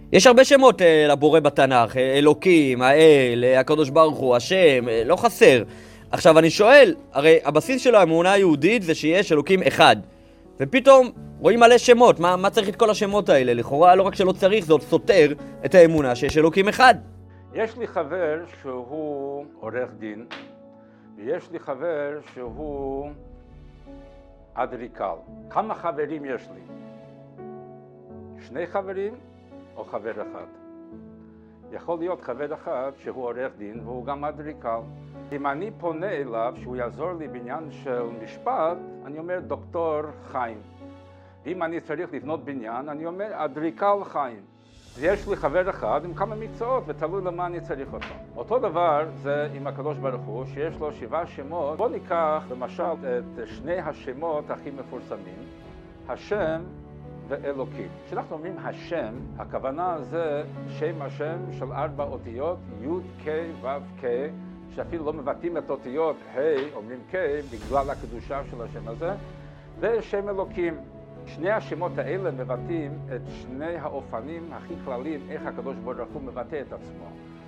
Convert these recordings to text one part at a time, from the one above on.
יש הרבה שמות לבורא בתנ"ך, אלוקים, האל, הקדוש ברוך הוא, השם, לא חסר. עכשיו אני שואל, הרי הבסיס של האמונה היהודית זה שיש אלוקים אחד. ופתאום רואים מלא שמות, מה צריך את כל השמות האלה? לכאורה לא רק שלא צריך, זה עוד סותר את האמונה שיש אלוקים אחד. יש לי חבר שהוא עורך דין, ויש לי חבר שהוא אדריקל. כמה חברים יש לי? 2 חברים או חבר אחד? יכול להיות חבר אחד שהוא עורך דין והוא גם אדריקל. אם אני פונה אליו שהוא יעזור לי בעניין של משפט, אני אומר דוקטור חיים. אם אני צריך לבנות בניין, אני אומר אדריקל חיים. יש לי חבר אחד עם כמה מקצועות ותלוי למה אני צריך אותו. אותו דבר זה עם הקדוש ברוך הוא שיש לו 7 שמות. בוא ניקח למשל את 2 השמות הכי מפורסמים, השם ואלוקים. כשאנחנו אומרים השם, הכוונה זה שם השם של 4 אותיות, י' כ' ו' כ', שאפילו לא מבטאים את אותיות ה', אומרים כ', בגלל הקדושה של השם הזה, ושם אלוקים. 2 השמות האלה מבטאים את 2 האופנים הכי כלליים איך הקדוש ברוך הוא מבטא את עצמו.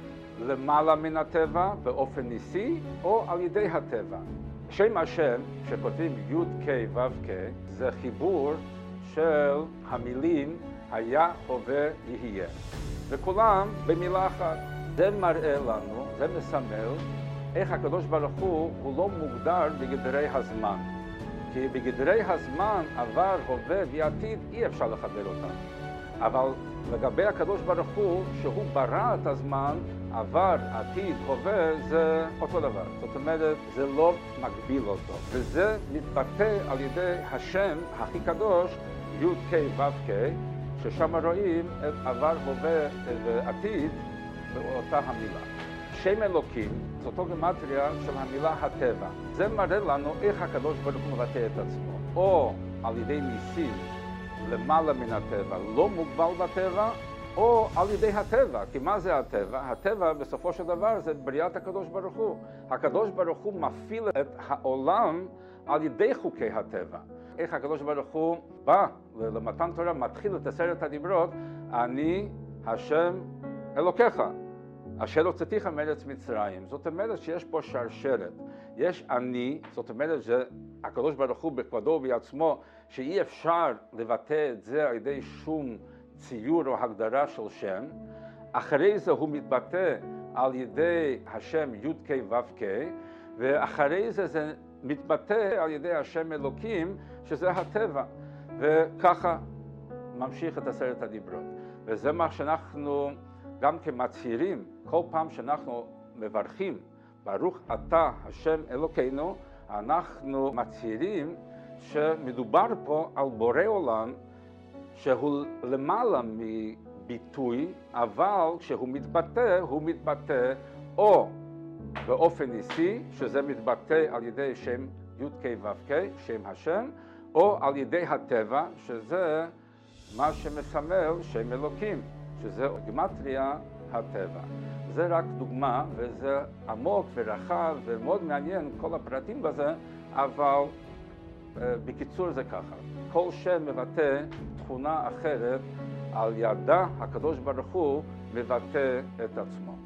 למעלה מן הטבע, באופן ניסי, או על ידי הטבע. שם השם, שכותבים י' כ' ו' כ', זה חיבור של המילים היה, הווה, יהיה. וכולם במילה אחת. זה מראה לנו, זה מסמל, איך הקדוש ברוך הוא לא מוגדר בגדרי הזמן. כי בגדרי הזמן, עבר, הווה ועתיד, אי אפשר לחבר אותם. אבל לגבי הקדוש ברוך הוא, שהוא ברא את הזמן, עבר, עתיד, הווה, זה אותו דבר. זאת אומרת, זה לא מגביל אותו. וזה מתבטא על ידי השם הכי קדוש, י' כ' ו' כ', ששם רואים את עבר, הווה ועתיד באותה המילה. שם אלוקים, זאת גימטריה של המילה הטבע. זה מראה לנו איך הקדוש ברוך הוא מבטא את עצמו. או על ידי ניסים למעלה מן הטבע, לא מוגבל בטבע, או על ידי הטבע. כי מה זה הטבע? הטבע בסופו של דבר זה בריאת הקדוש ברוך הוא. הקדוש ברוך הוא מפעיל את העולם על ידי חוקי הטבע. איך הקדוש ברוך הוא בא למתן תורה, מתחיל את 10 הדיברות, אני השם אלוקיך. אשר הוצאתיך מארץ מצרים. זאת אומרת שיש פה שרשרת. יש אני, זאת אומרת שהקדוש ברוך הוא בכבודו ובעצמו, שאי אפשר לבטא את זה על ידי שום ציור או הגדרה של שם. אחרי זה הוא מתבטא על ידי השם י' כ' ו' כ', ואחרי זה מתבטא על ידי השם אלוקים, שזה הטבע. וככה ממשיך את 10 הדיברות. וזה מה שאנחנו גם כמצהירים, כל פעם שאנחנו מברכים, ברוך אתה השם אלוקינו, אנחנו מצהירים שמדובר פה על בורא עולם שהוא למעלה מביטוי, אבל כשהוא מתבטא, הוא מתבטא או באופן ניסי, שזה מתבטא על ידי שם י' כ' ו' כ', שם השם, או על ידי הטבע, שזה מה שמסמל שם אלוקים. שזה גימטריה הטבע. זה רק דוגמה, וזה עמוק ורחב ומאוד מעניין כל הפרטים בזה, אבל בקיצור זה ככה. כל שם מבטא תכונה אחרת, על ידה הקדוש ברוך הוא מבטא את עצמו.